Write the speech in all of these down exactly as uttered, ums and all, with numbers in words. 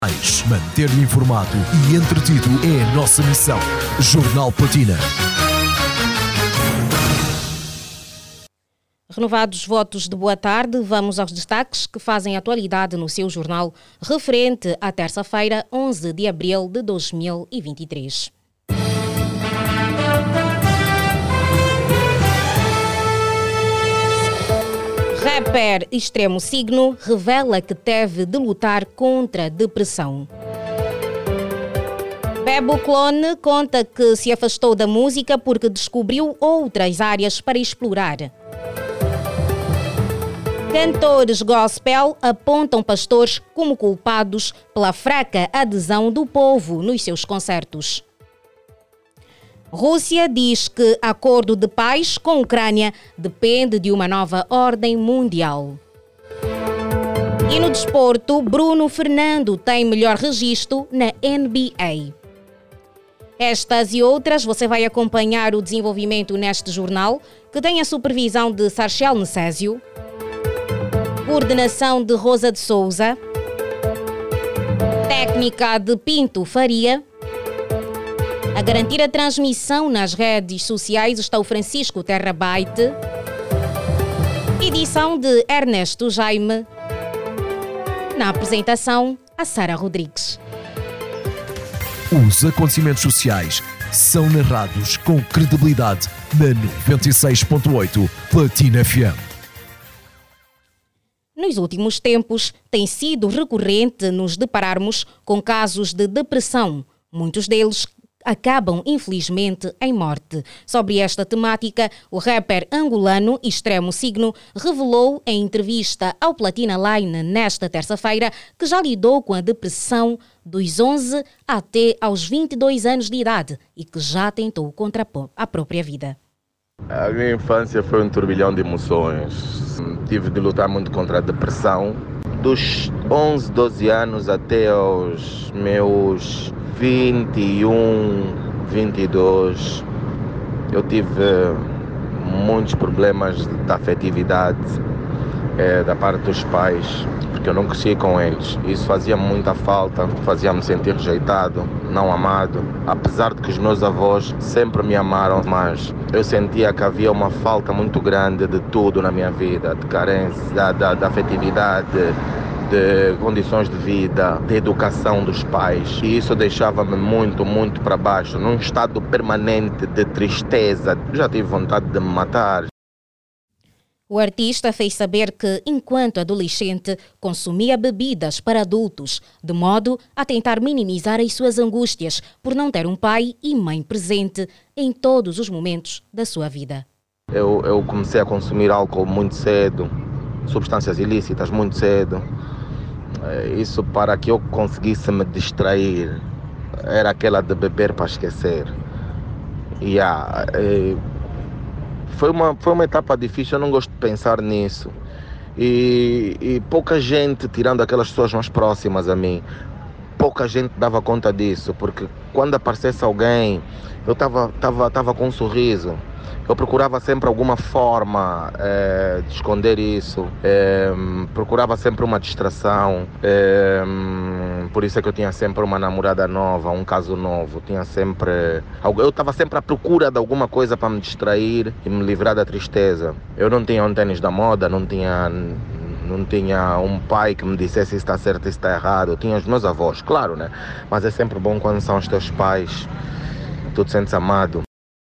Manter-lhe informado e entretido é a nossa missão. Jornal Platina. Renovados os votos de boa tarde, vamos aos destaques que fazem atualidade no seu jornal, referente à terça-feira, onze de abril de dois mil e vinte e três. Rapper Extremo Signo revela que teve de lutar contra a depressão. Bebo Clone conta que se afastou da música porque descobriu outras áreas para explorar. Cantores gospel apontam pastores como culpados pela fraca adesão do povo nos seus concertos. Rússia diz que acordo de paz com Ucrânia depende de uma nova ordem mundial. E no desporto, Bruno Fernando tem melhor registro na N B A. Estas e outras você vai acompanhar o desenvolvimento neste jornal, que tem a supervisão de Sarchel Necésio, coordenação de Rosa de Souza, técnica de Pinto Faria. A garantir a transmissão nas redes sociais está o Francisco Terrabyte. Edição de Ernesto Jaime. Na apresentação, a Sara Rodrigues. Os acontecimentos sociais são narrados com credibilidade na noventa e seis ponto oito Platina F M. Nos últimos tempos, tem sido recorrente nos depararmos com casos de depressão, muitos deles acabam, infelizmente, em morte. Sobre esta temática, o rapper angolano Extremo Signo revelou em entrevista ao Platina Line nesta terça-feira que já lidou com a depressão dos onze até aos vinte e dois anos de idade e que já tentou contrapor a própria vida. A minha infância foi um turbilhão de emoções. Tive de lutar muito contra a depressão. Dos onze, doze anos até aos meus vinte e um, vinte e dois, eu tive muitos problemas de afetividade é, da parte dos pais, porque eu não cresci com eles. Isso fazia muita falta, fazia-me sentir rejeitado, não amado. Apesar de que os meus avós sempre me amaram, mas eu sentia que havia uma falta muito grande de tudo na minha vida, de carência, da, da, da afetividade, de condições de vida, de educação dos pais. E isso deixava-me muito, muito para baixo, num estado permanente de tristeza. Já tive vontade de me matar. O artista fez saber que, enquanto adolescente, consumia bebidas para adultos, de modo a tentar minimizar as suas angústias por não ter um pai e mãe presente em todos os momentos da sua vida. Eu, eu comecei a consumir álcool muito cedo, substâncias ilícitas muito cedo. Isso para que eu conseguisse me distrair, era aquela de beber para esquecer. E yeah, foi, uma, foi uma etapa difícil, eu não gosto de pensar nisso. E, e pouca gente, tirando aquelas pessoas mais próximas a mim, pouca gente dava conta disso, porque quando aparecesse alguém, eu estava tava, tava com um sorriso. Eu procurava sempre alguma forma é, de esconder isso, é, procurava sempre uma distração, é, por isso é que eu tinha sempre uma namorada nova, um caso novo, tinha sempre, eu estava sempre à procura de alguma coisa para me distrair e me livrar da tristeza. Eu não tinha um tênis da moda, não tinha, não tinha um pai que me dissesse se está certo e se está errado, eu tinha os meus avós, claro, né? Mas é sempre bom quando são os teus pais, tu te sentes amado.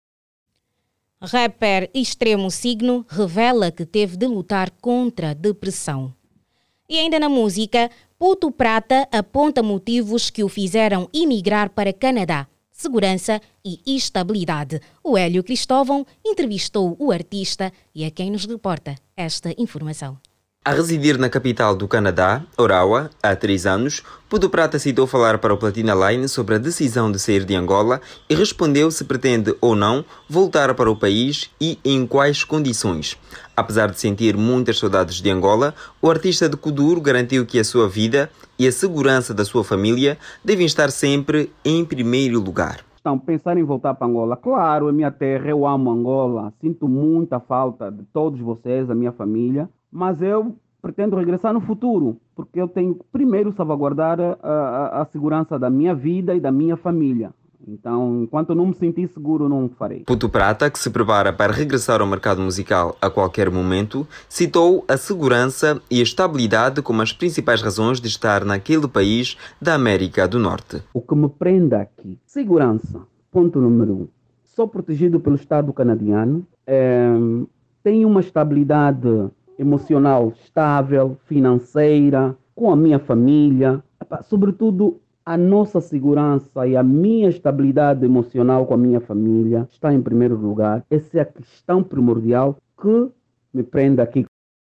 Rapper Extremo Signo revela que teve de lutar contra a depressão. E ainda na música, Puto Prata aponta motivos que o fizeram emigrar para Canadá: segurança e estabilidade. O Hélio Cristóvão entrevistou o artista e é quem nos reporta esta informação. A residir na capital do Canadá, Ottawa, há três anos, Puto Prata aceitou falar para o Platina Line sobre a decisão de sair de Angola e respondeu se pretende ou não voltar para o país e em quais condições. Apesar de sentir muitas saudades de Angola, o artista de Kuduro garantiu que a sua vida e a segurança da sua família devem estar sempre em primeiro lugar. Então, pensar em voltar para Angola, claro, é minha terra, eu amo Angola, sinto muita falta de todos vocês, a minha família, mas eu pretendo regressar no futuro, porque eu tenho que primeiro salvaguardar a, a, a segurança da minha vida e da minha família. Então, enquanto eu não me sentir seguro, não farei. Puto Prata, que se prepara para regressar ao mercado musical a qualquer momento, citou a segurança e a estabilidade como as principais razões de estar naquele país da América do Norte. O que me prende aqui, segurança, ponto número um. Sou protegido pelo Estado canadiano, é, tenho uma estabilidade emocional estável, financeira, com a minha família, sobretudo a nossa segurança e a minha estabilidade emocional com a minha família está em primeiro lugar. Essa é a questão primordial que me prende aqui.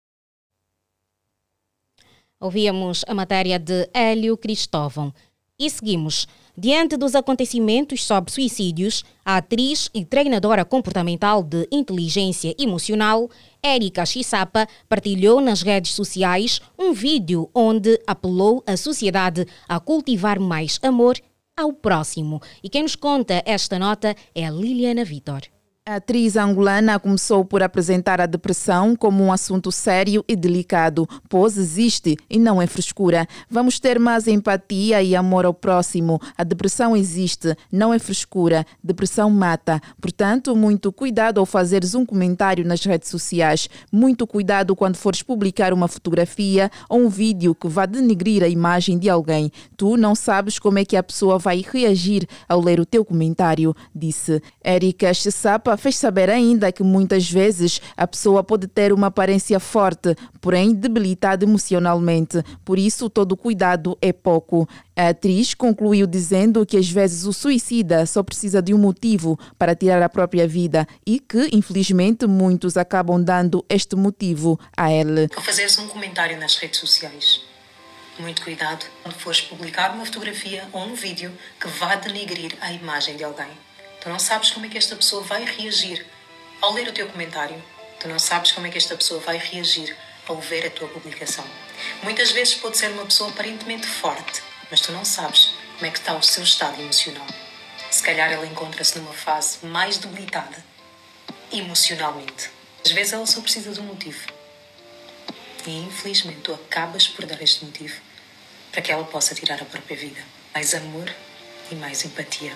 Ouvíamos a matéria de Hélio Cristóvão. E seguimos. Diante dos acontecimentos sobre suicídios, a atriz e treinadora comportamental de inteligência emocional, Érica Chisapa, partilhou nas redes sociais um vídeo onde apelou a sociedade a cultivar mais amor ao próximo. E quem nos conta esta nota é a Liliana Vitor. A atriz angolana começou por apresentar a depressão como um assunto sério e delicado, pois existe e não é frescura. Vamos ter mais empatia e amor ao próximo. A depressão existe, não é frescura. Depressão mata. Portanto, muito cuidado ao fazeres um comentário nas redes sociais. Muito cuidado quando fores publicar uma fotografia ou um vídeo que vá denegrir a imagem de alguém. Tu não sabes como é que a pessoa vai reagir ao ler o teu comentário, disse. Érica Chisapa fez saber ainda que muitas vezes a pessoa pode ter uma aparência forte, porém debilitada emocionalmente. Por isso, todo cuidado é pouco. A atriz concluiu dizendo que às vezes o suicida só precisa de um motivo para tirar a própria vida e que, infelizmente, muitos acabam dando este motivo a ele. Ao fazeres um comentário nas redes sociais, muito cuidado quando fores publicar uma fotografia ou um vídeo que vá denegrir a imagem de alguém. Tu não sabes como é que esta pessoa vai reagir ao ler o teu comentário. Tu não sabes como é que esta pessoa vai reagir ao ver a tua publicação. Muitas vezes pode ser uma pessoa aparentemente forte, mas tu não sabes como é que está o seu estado emocional. Se calhar ela encontra-se numa fase mais debilitada emocionalmente. Às vezes ela só precisa de um motivo. E infelizmente tu acabas por dar este motivo para que ela possa tirar a própria vida. Mais amor e mais empatia.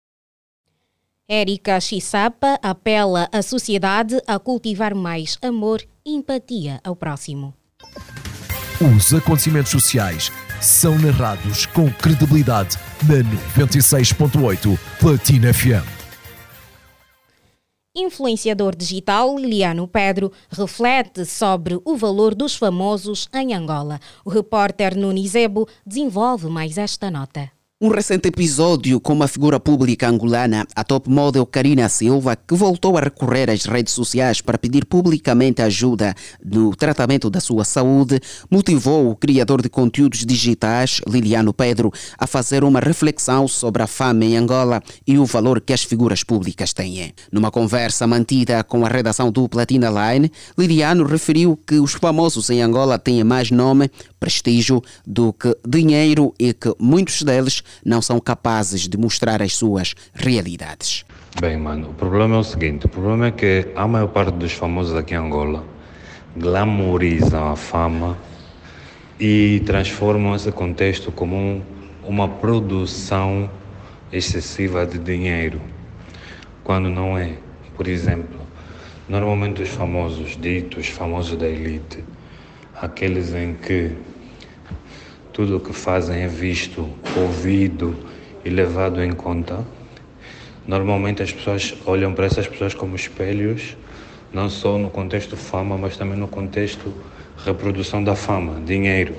Érica Chisapa apela à sociedade a cultivar mais amor e empatia ao próximo. Os acontecimentos sociais são narrados com credibilidade na noventa e seis ponto oito Platina F M. Influenciador digital Liliano Pedro reflete sobre o valor dos famosos em Angola. O repórter Nuno Zebo desenvolve mais esta nota. Um recente episódio com uma figura pública angolana, a top model Karina Silva, que voltou a recorrer às redes sociais para pedir publicamente ajuda no tratamento da sua saúde, motivou o criador de conteúdos digitais, Liliano Pedro, a fazer uma reflexão sobre a fama em Angola e o valor que as figuras públicas têm. Numa conversa mantida com a redação do Platina Line, Liliano referiu que os famosos em Angola têm mais nome, prestígio do que dinheiro e que muitos deles não são capazes de mostrar as suas realidades. Bem, mano, o problema é o seguinte, o problema é que a maior parte dos famosos aqui em Angola glamorizam a fama e transformam esse contexto como um, uma produção excessiva de dinheiro, quando não é. Por exemplo, normalmente os famosos ditos, famosos da elite, aqueles em que tudo o que fazem é visto, ouvido e levado em conta. Normalmente as pessoas olham para essas pessoas como espelhos, não só no contexto fama, mas também no contexto reprodução da fama, dinheiro.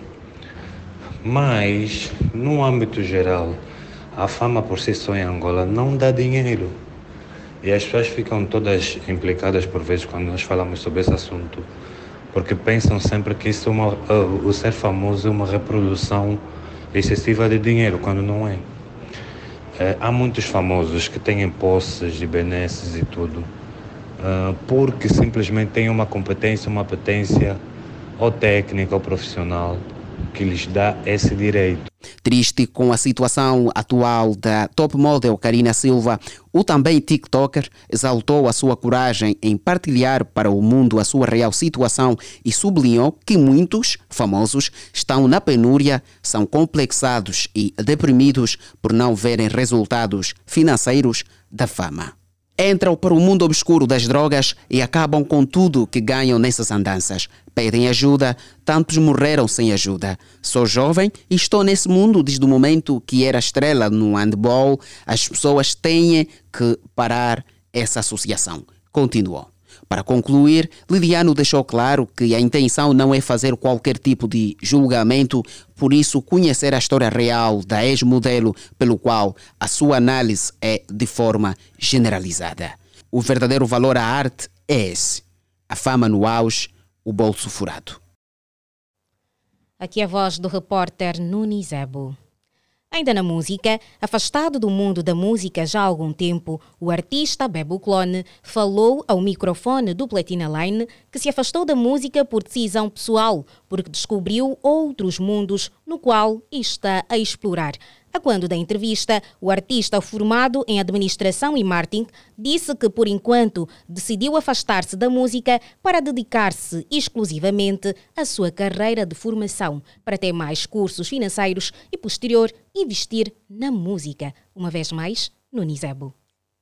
Mas, no âmbito geral, a fama por si só em Angola não dá dinheiro. E as pessoas ficam todas implicadas por vezes quando nós falamos sobre esse assunto, porque pensam sempre que isso é uma, uh, o ser famoso é uma reprodução excessiva de dinheiro, quando não é. Uh, há muitos famosos que têm posses e benesses e tudo, uh, porque simplesmente têm uma competência, uma apetência ou técnica ou profissional que lhes dá esse direito. Triste com a situação atual da top model Karina Silva, o também TikToker exaltou a sua coragem em partilhar para o mundo a sua real situação e sublinhou que muitos famosos estão na penúria, são complexados e deprimidos por não verem resultados financeiros da fama. Entram para o mundo obscuro das drogas e acabam com tudo que ganham nessas andanças. Pedem ajuda, tantos morreram sem ajuda. Sou jovem e estou nesse mundo desde o momento que era estrela no handball. As pessoas têm que parar essa associação. Continuou. Para concluir, Liliano deixou claro que a intenção não é fazer qualquer tipo de julgamento, por isso conhecer a história real da ex-modelo, pelo qual a sua análise é de forma generalizada. O verdadeiro valor à arte é esse: a fama no auge, o bolso furado. Aqui a voz do repórter Nunes Ebo. Ainda na música, afastado do mundo da música já há algum tempo, o artista Bebo Clone falou ao microfone do Platina Line que se afastou da música por decisão pessoal, porque descobriu outros mundos no qual está a explorar. A quando da entrevista, o artista formado em administração e marketing disse que, por enquanto, decidiu afastar-se da música para dedicar-se exclusivamente à sua carreira de formação, para ter mais cursos financeiros e, posterior, investir na música. Uma vez mais, Nunes Ebo.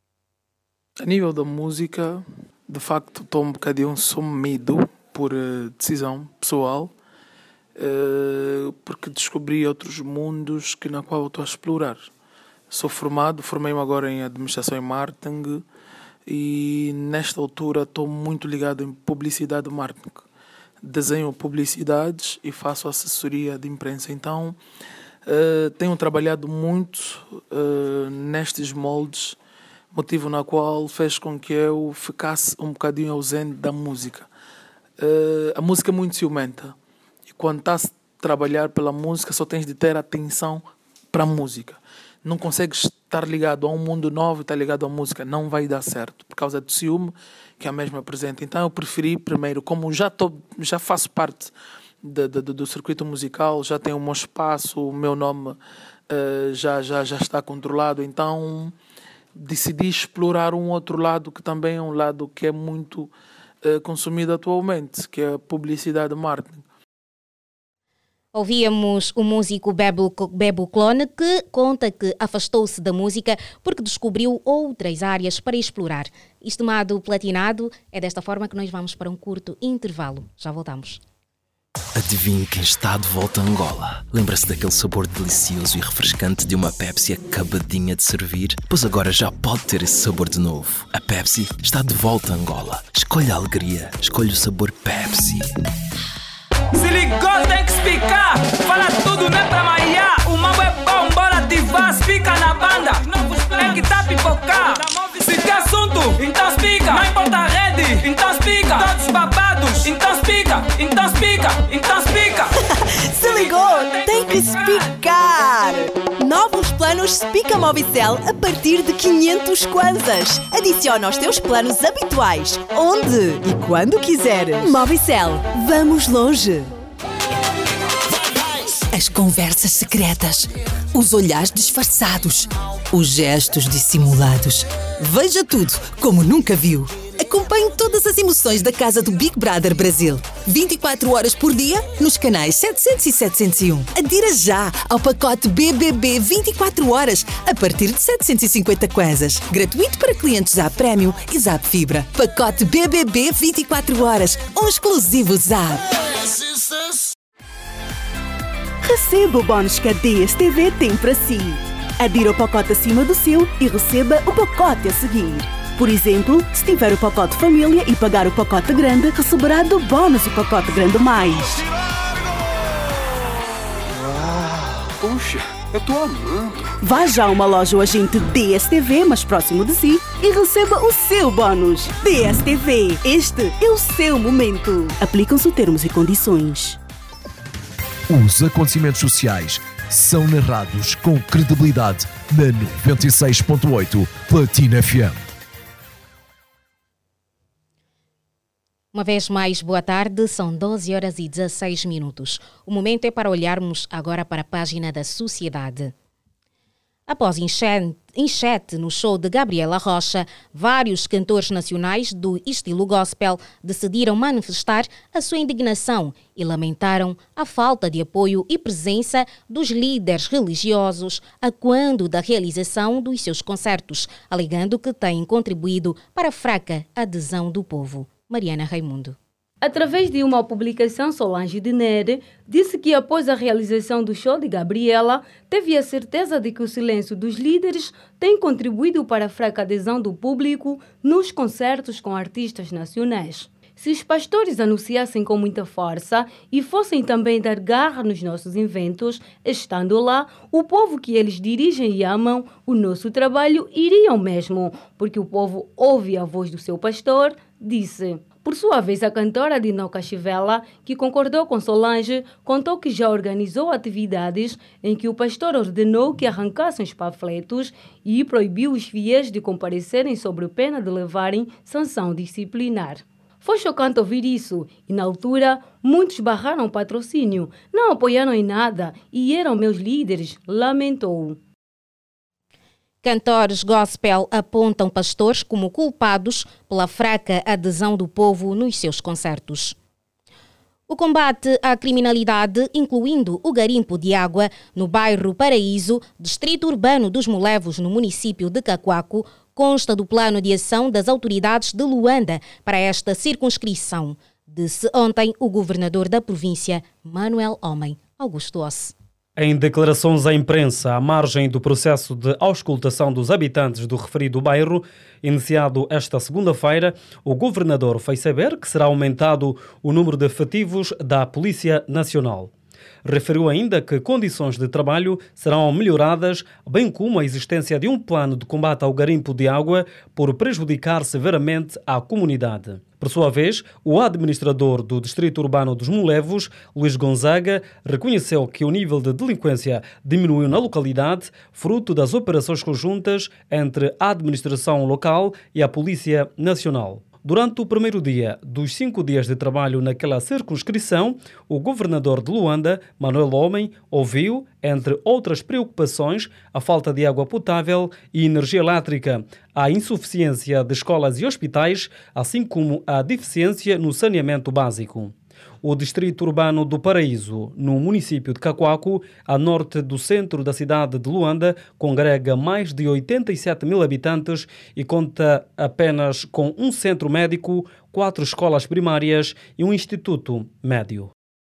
A nível da música, de facto, estou um bocadinho sumido por uh, decisão pessoal, Uh, porque descobri outros mundos que na qual estou a explorar. Sou formado, formei-me agora em administração e marketing e nesta altura estou muito ligado em publicidade e marketing. Desenho publicidades e faço assessoria de imprensa. Então uh, tenho trabalhado muito uh, nestes moldes, motivo na qual fez com que eu ficasse um bocadinho ausente da música. Uh, a música é muito ciumenta. Quando estás a trabalhar pela música, só tens de ter atenção para a música. Não consegues estar ligado a um mundo novo e estar ligado à música. Não vai dar certo, por causa do ciúme que a mesma apresenta. Então eu preferi, primeiro, como já, tô, já faço parte de, de, do circuito musical, já tenho o meu espaço, o meu nome uh, já, já, já está controlado. Então decidi explorar um outro lado, que também é um lado que é muito uh, consumido atualmente, que é a publicidade e marketing. Ouvíamos o músico Bebo, Bebo Clone, que conta que afastou-se da música porque descobriu outras áreas para explorar. Estimado platinado, é desta forma que nós vamos para um curto intervalo. Já voltamos. Adivinhe quem está de volta a Angola. Lembra-se daquele sabor delicioso e refrescante de uma Pepsi acabadinha de servir? Pois agora já pode ter esse sabor de novo. A Pepsi está de volta a Angola. Escolha a alegria. Escolha o sabor Pepsi. Se ligou, tem que explicar. Fala tudo, não é pra malhar. O mambo é bom, bora ativar. Explica na banda, tem que tá pipocar. Se tem assunto, então explica. Não importa a rede, então explica. Todos babados, então explica. Então explica, então explica. Se ligou, tem que explicar. Novos planos Spica Movicel a partir de quinhentos kwanzas. Adiciona aos teus planos habituais, onde e quando quiseres. Movicel, vamos longe. As conversas secretas, os olhares disfarçados, os gestos dissimulados. Veja tudo como nunca viu. Acompanhe todas as emoções da casa do Big Brother Brasil. vinte e quatro horas por dia nos canais setecentos e setecentos e um. Adira já ao pacote B B B vinte e quatro horas a partir de setecentos e cinquenta kwanzas. Gratuito para clientes Zap Premium e Zap Fibra. Pacote B B B vinte e quatro horas. Um exclusivo Zap. Receba o bónus que a D S T V tem para si. Adira o pacote acima do seu e receba o pacote a seguir. Por exemplo, se tiver o pacote família e pagar o pacote grande, receberá do bónus o pacote grande mais. Uau, puxa, eu tô amando. Vá já a uma loja ou agente D S T V mais próximo de si e receba o seu bónus. D S T V, este é o seu momento. Aplicam-se termos e condições. Os acontecimentos sociais são narrados com credibilidade na noventa e seis ponto oito Platina F M. Uma vez mais, boa tarde, são doze horas e dezesseis minutos. O momento é para olharmos agora para a página da sociedade. Após enchente no show de Gabriela Rocha, vários cantores nacionais do estilo gospel decidiram manifestar a sua indignação e lamentaram a falta de apoio e presença dos líderes religiosos a quando da realização dos seus concertos, alegando que têm contribuído para a fraca adesão do povo. Mariana Raimundo. Através de uma publicação, Solange de Nere disse que após a realização do show de Gabriela, teve a certeza de que o silêncio dos líderes tem contribuído para a fraca adesão do público nos concertos com artistas nacionais. Se os pastores anunciassem com muita força e fossem também dar garra nos nossos eventos, estando lá, o povo que eles dirigem e amam, o nosso trabalho iriam mesmo, porque o povo ouve a voz do seu pastor, disse. Por sua vez, a cantora Dinoca Chivela, que concordou com Solange, contou que já organizou atividades em que o pastor ordenou que arrancassem os panfletos e proibiu os fiéis de comparecerem sob pena de levarem sanção disciplinar. Foi chocante ouvir isso e, na altura, muitos barraram o patrocínio, não apoiaram em nada e eram meus líderes, lamentou. Cantores gospel apontam pastores como culpados pela fraca adesão do povo nos seus concertos. O combate à criminalidade, incluindo o garimpo de água no bairro Paraíso, distrito urbano dos Molevos, no município de Cacoaco, consta do plano de ação das autoridades de Luanda para esta circunscrição, disse ontem o governador da província, Manuel Homem Augusto Ossi. Em declarações à imprensa, à margem do processo de auscultação dos habitantes do referido bairro, iniciado esta segunda-feira, o governador fez saber que será aumentado o número de efetivos da Polícia Nacional. Referiu ainda que condições de trabalho serão melhoradas, bem como a existência de um plano de combate ao garimpo de água por prejudicar severamente a comunidade. Por sua vez, o administrador do Distrito Urbano dos Molevos, Luís Gonzaga, reconheceu que o nível de delinquência diminuiu na localidade, fruto das operações conjuntas entre a administração local e a Polícia Nacional. Durante o primeiro dia dos cinco dias de trabalho naquela circunscrição, o governador de Luanda, Manuel Homem, ouviu, entre outras preocupações, a falta de água potável e energia elétrica, a insuficiência de escolas e hospitais, assim como a deficiência no saneamento básico. O distrito urbano do Paraíso, no município de Cacoaco, a norte do centro da cidade de Luanda, congrega mais de oitenta e sete mil habitantes e conta apenas com um centro médico, quatro escolas primárias e um instituto médio.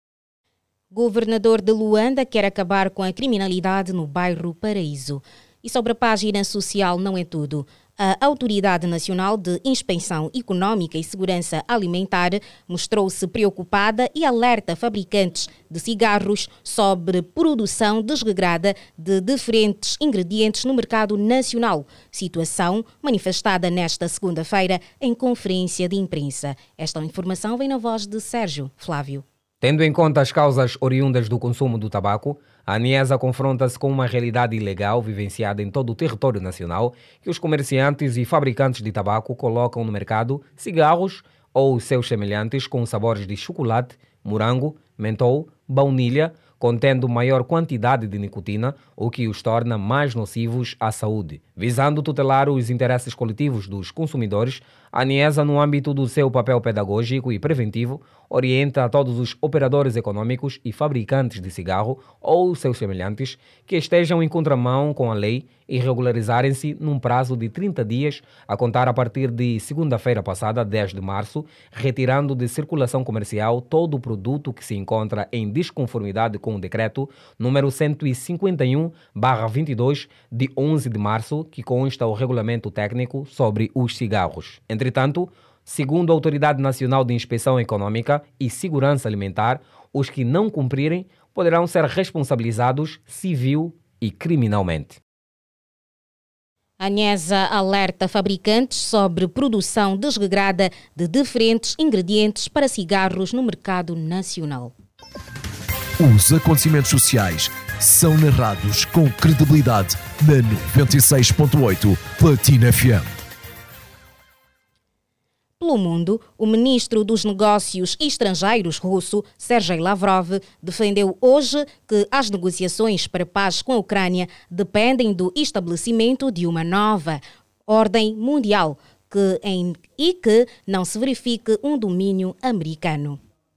Governador de Luanda quer acabar com a criminalidade no bairro Paraíso. E sobre a página social não é tudo. A Autoridade Nacional de Inspeção Econômica e Segurança Alimentar mostrou-se preocupada e alerta fabricantes de cigarros sobre produção desregrada de diferentes ingredientes no mercado nacional, situação manifestada nesta segunda-feira em conferência de imprensa. Esta informação vem na voz de Sérgio Flávio. Tendo em conta as causas oriundas do consumo do tabaco, a ANIESA confronta-se com uma realidade ilegal vivenciada em todo o território nacional que os comerciantes e fabricantes de tabaco colocam no mercado cigarros ou seus semelhantes com sabores de chocolate, morango, mentol, baunilha, contendo maior quantidade de nicotina, o que os torna mais nocivos à saúde. Visando tutelar os interesses coletivos dos consumidores, a ANIESA, no âmbito do seu papel pedagógico e preventivo, orienta a todos os operadores econômicos e fabricantes de cigarro ou seus semelhantes que estejam em contramão com a lei e regularizarem-se num prazo de trinta dias a contar a partir de segunda-feira passada, dez de março, retirando de circulação comercial todo o produto que se encontra em desconformidade com o decreto número cento e cinquenta e um barra vinte e dois de onze de março, que consta o regulamento técnico sobre os cigarros. Entretanto, segundo a Autoridade Nacional de Inspeção Econômica e Segurança Alimentar, os que não cumprirem poderão ser responsabilizados civil e criminalmente. A ANIESA alerta fabricantes sobre produção desregrada de diferentes ingredientes para cigarros no mercado nacional. Os acontecimentos sociais são narrados com credibilidade na noventa e seis ponto oito Platina F M. Pelo mundo, o ministro dos Negócios Estrangeiros russo, Sergei Lavrov, defendeu hoje que as negociações para a paz com a Ucrânia dependem do estabelecimento de uma nova ordem mundial que em, e que não se verifique um domínio americano.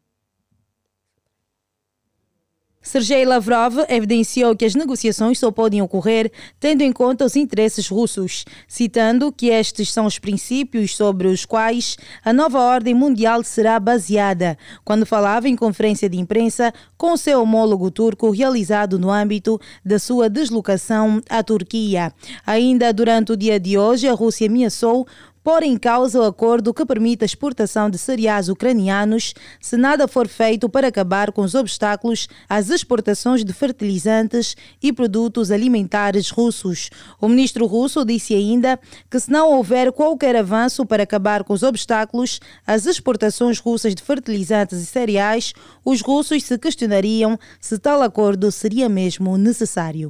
Sergei Lavrov evidenciou que as negociações só podem ocorrer tendo em conta os interesses russos, citando que estes são os princípios sobre os quais a nova ordem mundial será baseada, quando falava em conferência de imprensa com o seu homólogo turco realizado no âmbito da sua deslocação à Turquia. Ainda durante o dia de hoje, a Rússia ameaçou pôr em causa o acordo que permite a exportação de cereais ucranianos se nada for feito para acabar com os obstáculos às exportações de fertilizantes e produtos alimentares russos. O ministro russo disse ainda que se não houver qualquer avanço para acabar com os obstáculos às exportações russas de fertilizantes e cereais, os russos se questionariam se tal acordo seria mesmo necessário.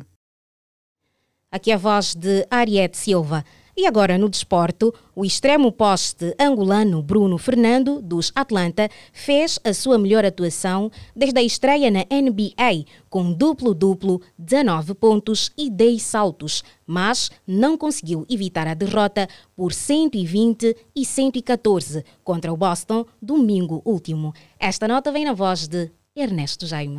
Aqui a voz de Ariete Silva. E agora no desporto, o extremo poste angolano Bruno Fernando, dos Atlanta, fez a sua melhor atuação desde a estreia na N B A, com duplo-duplo, dezenove pontos e dez saltos, mas não conseguiu evitar a derrota por cento e vinte e cento e catorze contra o Boston domingo último. Esta nota vem na voz de Ernesto Jaime.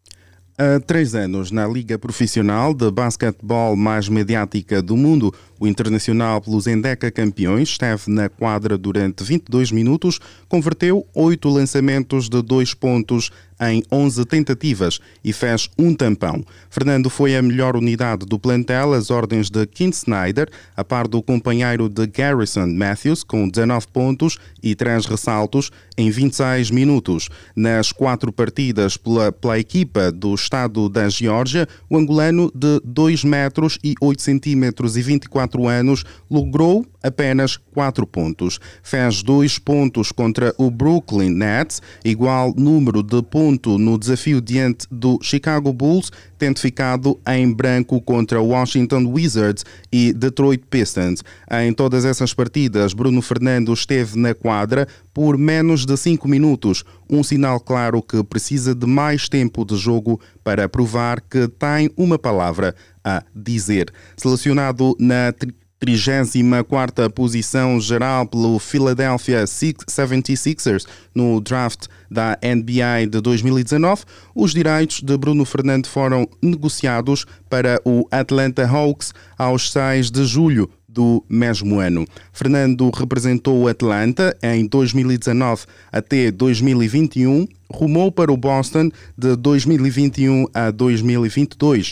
Há três anos, na liga profissional de basquetebol mais mediática do mundo, o Internacional pelos Endeca Campeões esteve na quadra durante vinte e dois minutos, converteu oito lançamentos de dois pontos em onze tentativas e fez um tampão. Fernando foi a melhor unidade do plantel às ordens de Quinn Snyder, a par do companheiro de Garrison Matthews, com dezanove pontos e três ressaltos em vinte e seis minutos. Nas quatro partidas pela, pela equipa do estado da Geórgia, o angolano de dois metros e oito centímetros e vinte e quatro anos logrou apenas quatro pontos. Fez dois pontos contra o Brooklyn Nets, igual número de ponto no desafio diante do Chicago Bulls, tendo ficado em branco contra o Washington Wizards e Detroit Pistons. Em todas essas partidas, Bruno Fernando esteve na quadra por menos de cinco minutos, um sinal claro que precisa de mais tempo de jogo para provar que tem uma palavra a dizer. Selecionado na trigésima quarta posição geral pelo Philadelphia setenta e seis ers no draft da N B A de dois mil e dezanove, os direitos de Bruno Fernando foram negociados para o Atlanta Hawks aos seis de julho do mesmo ano. Fernando representou o Atlanta em dois mil e dezanove até dois mil e vinte e um, rumou para o Boston de dois mil e vinte e um a dois mil e vinte e dois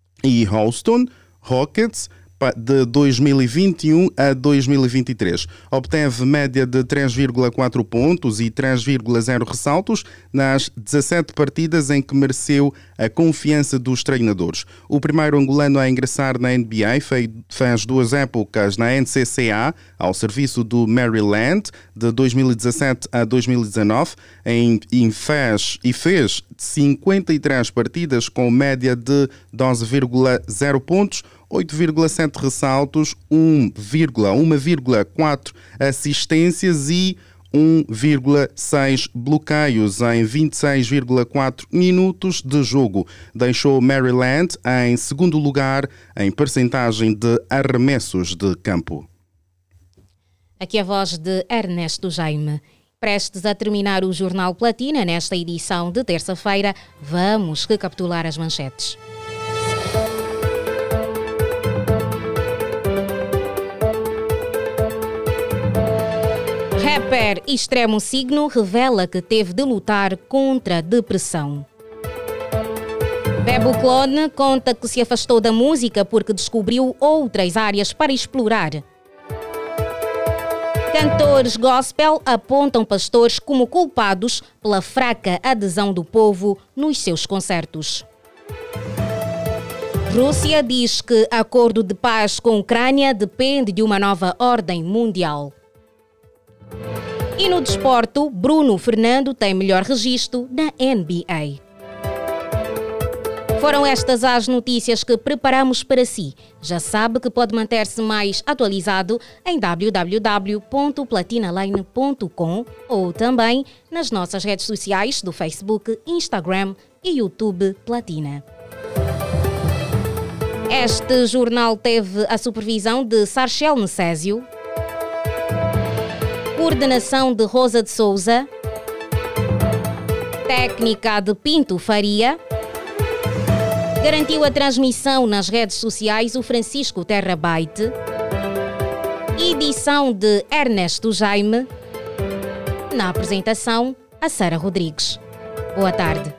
e Houston Rockets de dois mil e vinte e um a dois mil e vinte e três. Obteve média de três vírgula quatro pontos e três vírgula zero ressaltos nas dezassete partidas em que mereceu a confiança dos treinadores. O primeiro angolano a ingressar na N B A fez duas épocas na N C C A, ao serviço do Maryland, de dois mil e dezassete a dois mil e dezanove, em, em fez, e fez cinquenta e três partidas com média de doze vírgula zero pontos, oito vírgula sete ressaltos, uma vírgula quatro assistências e um vírgula seis bloqueios em vinte e seis vírgula quatro minutos de jogo. Deixou Maryland em segundo lugar em percentagem de arremessos de campo. Aqui a voz de Ernesto Jaime. Prestes a terminar o Jornal Platina nesta edição de terça-feira, vamos recapitular as manchetes. Rapper Extremo Signo revela que teve de lutar contra a depressão. Bebo Clone conta que se afastou da música porque descobriu outras áreas para explorar. Cantores gospel apontam pastores como culpados pela fraca adesão do povo nos seus concertos. Rússia diz que acordo de paz com a Ucrânia depende de uma nova ordem mundial. E no desporto, Bruno Fernando tem melhor registro na N B A. Foram estas as notícias que preparamos para si. Já sabe que pode manter-se mais atualizado em w w w ponto platina line ponto com ou também nas nossas redes sociais do Facebook, Instagram e YouTube Platina. Este jornal teve a supervisão de Sarchel Necésio, coordenação de Rosa de Souza, técnica de Pinto Faria. Garantiu a transmissão nas redes sociais o Francisco Terrabyte. Edição de Ernesto Jaime. Na apresentação, a Sara Rodrigues. Boa tarde.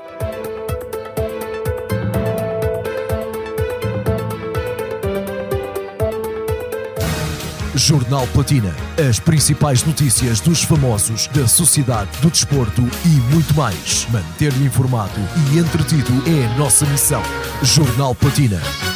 Jornal Platina. As principais notícias dos famosos, da sociedade, do desporto e muito mais. Manter-lhe informado e entretido é a nossa missão. Jornal Platina.